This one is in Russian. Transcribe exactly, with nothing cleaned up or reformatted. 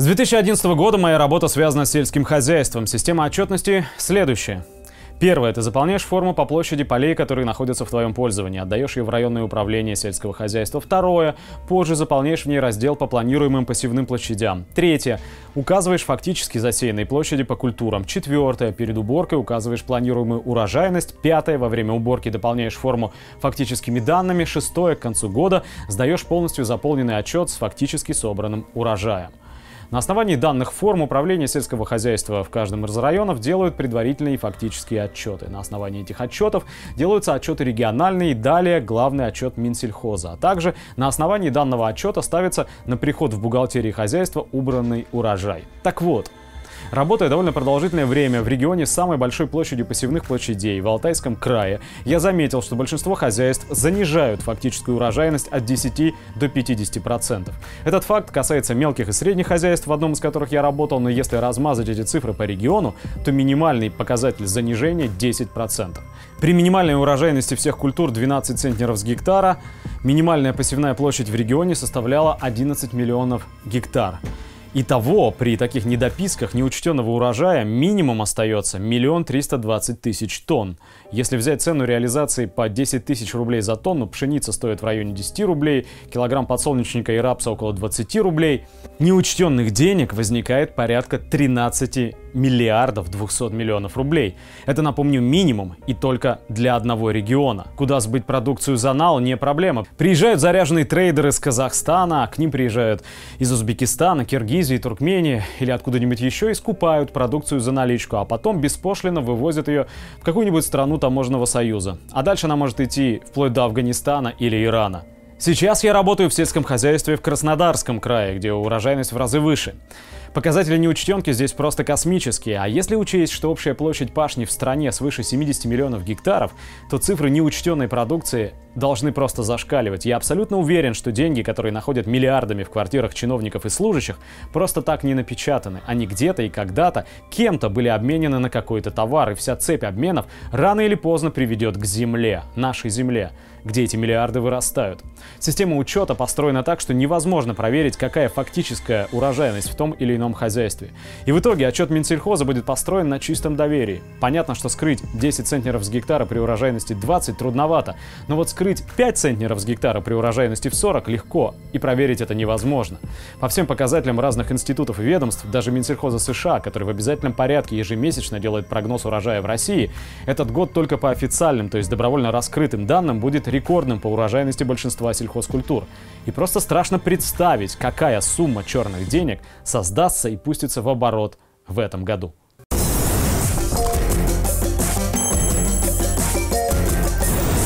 С две тысячи одиннадцатого года моя работа связана с сельским хозяйством. Система отчетности следующая. Первое. Ты заполняешь форму по площади полей, которые находятся в твоем пользовании. Отдаешь ее в районное управление сельского хозяйства. Второе. Позже заполняешь в ней раздел по планируемым посевным площадям. Третье. Указываешь фактически засеянные площади по культурам. Четвертое. Перед уборкой указываешь планируемую урожайность. Пятое. Во время уборки дополняешь форму фактическими данными. Шестое. К концу года сдаешь полностью заполненный отчет с фактически собранным урожаем. На основании данных форм управления сельского хозяйства в каждом из районов делают предварительные и фактические отчеты. На основании этих отчетов делаются отчеты региональные и далее главный отчет Минсельхоза. А также на основании данного отчета ставится на приход в бухгалтерии хозяйства убранный урожай. Так вот, работая довольно продолжительное время в регионе с самой большой площадью посевных площадей в Алтайском крае, я заметил, что большинство хозяйств занижают фактическую урожайность от десяти до пятидесяти процентов. Этот факт касается мелких и средних хозяйств, в одном из которых я работал, но если размазать эти цифры по региону, то минимальный показатель занижения десять процентов. При минимальной урожайности всех культур двенадцать центнеров с гектара минимальная посевная площадь в регионе составляла одиннадцать миллионов гектар. Итого, при таких недописках неучтенного урожая минимум остается миллион триста двадцать тысяч тонн. Если взять цену реализации по десять тысяч рублей за тонну, пшеница стоит в районе десяти рублей, килограмм подсолнечника и рапса около двадцати рублей, неучтенных денег возникает порядка тринадцати миллиардов двухсот миллионов рублей. Это, напомню, минимум и только для одного региона. Куда сбыть продукцию за нал не проблема. Приезжают заряженные трейдеры из Казахстана, к ним приезжают из Узбекистана, Киргизии, Туркмении или откуда-нибудь еще и скупают продукцию за наличку, а потом беспошлино вывозят ее в какую-нибудь страну таможенного союза. А дальше она может идти вплоть до Афганистана или Ирана. Сейчас я работаю в сельском хозяйстве в Краснодарском крае, где урожайность в разы выше. Показатели неучтенки здесь просто космические, а если учесть, что общая площадь пашни в стране свыше семидесяти миллионов гектаров, то цифры неучтенной продукции должны просто зашкаливать. Я абсолютно уверен, что деньги, которые находят миллиардами в квартирах чиновников и служащих, просто так не напечатаны. Они где-то и когда-то кем-то были обменены на какой-то товар, и вся цепь обменов рано или поздно приведет к земле, нашей земле, где эти миллиарды вырастают. Система учета построена так, что невозможно проверить, какая фактическая урожайность в том или ином хозяйстве. И в итоге отчет Минсельхоза будет построен на чистом доверии. Понятно, что скрыть десять центнеров с гектара при урожайности двадцать трудновато, но вот скрыть пять центнеров с гектара при урожайности в сорок легко, и проверить это невозможно. По всем показателям разных институтов и ведомств, даже Минсельхоза США, который в обязательном порядке ежемесячно делает прогноз урожая в России, этот год только по официальным, то есть добровольно раскрытым данным, будет рекордным по урожайности большинства сельхозкультур. И просто страшно представить, какая сумма черных денег создастся и пустится в оборот в этом году.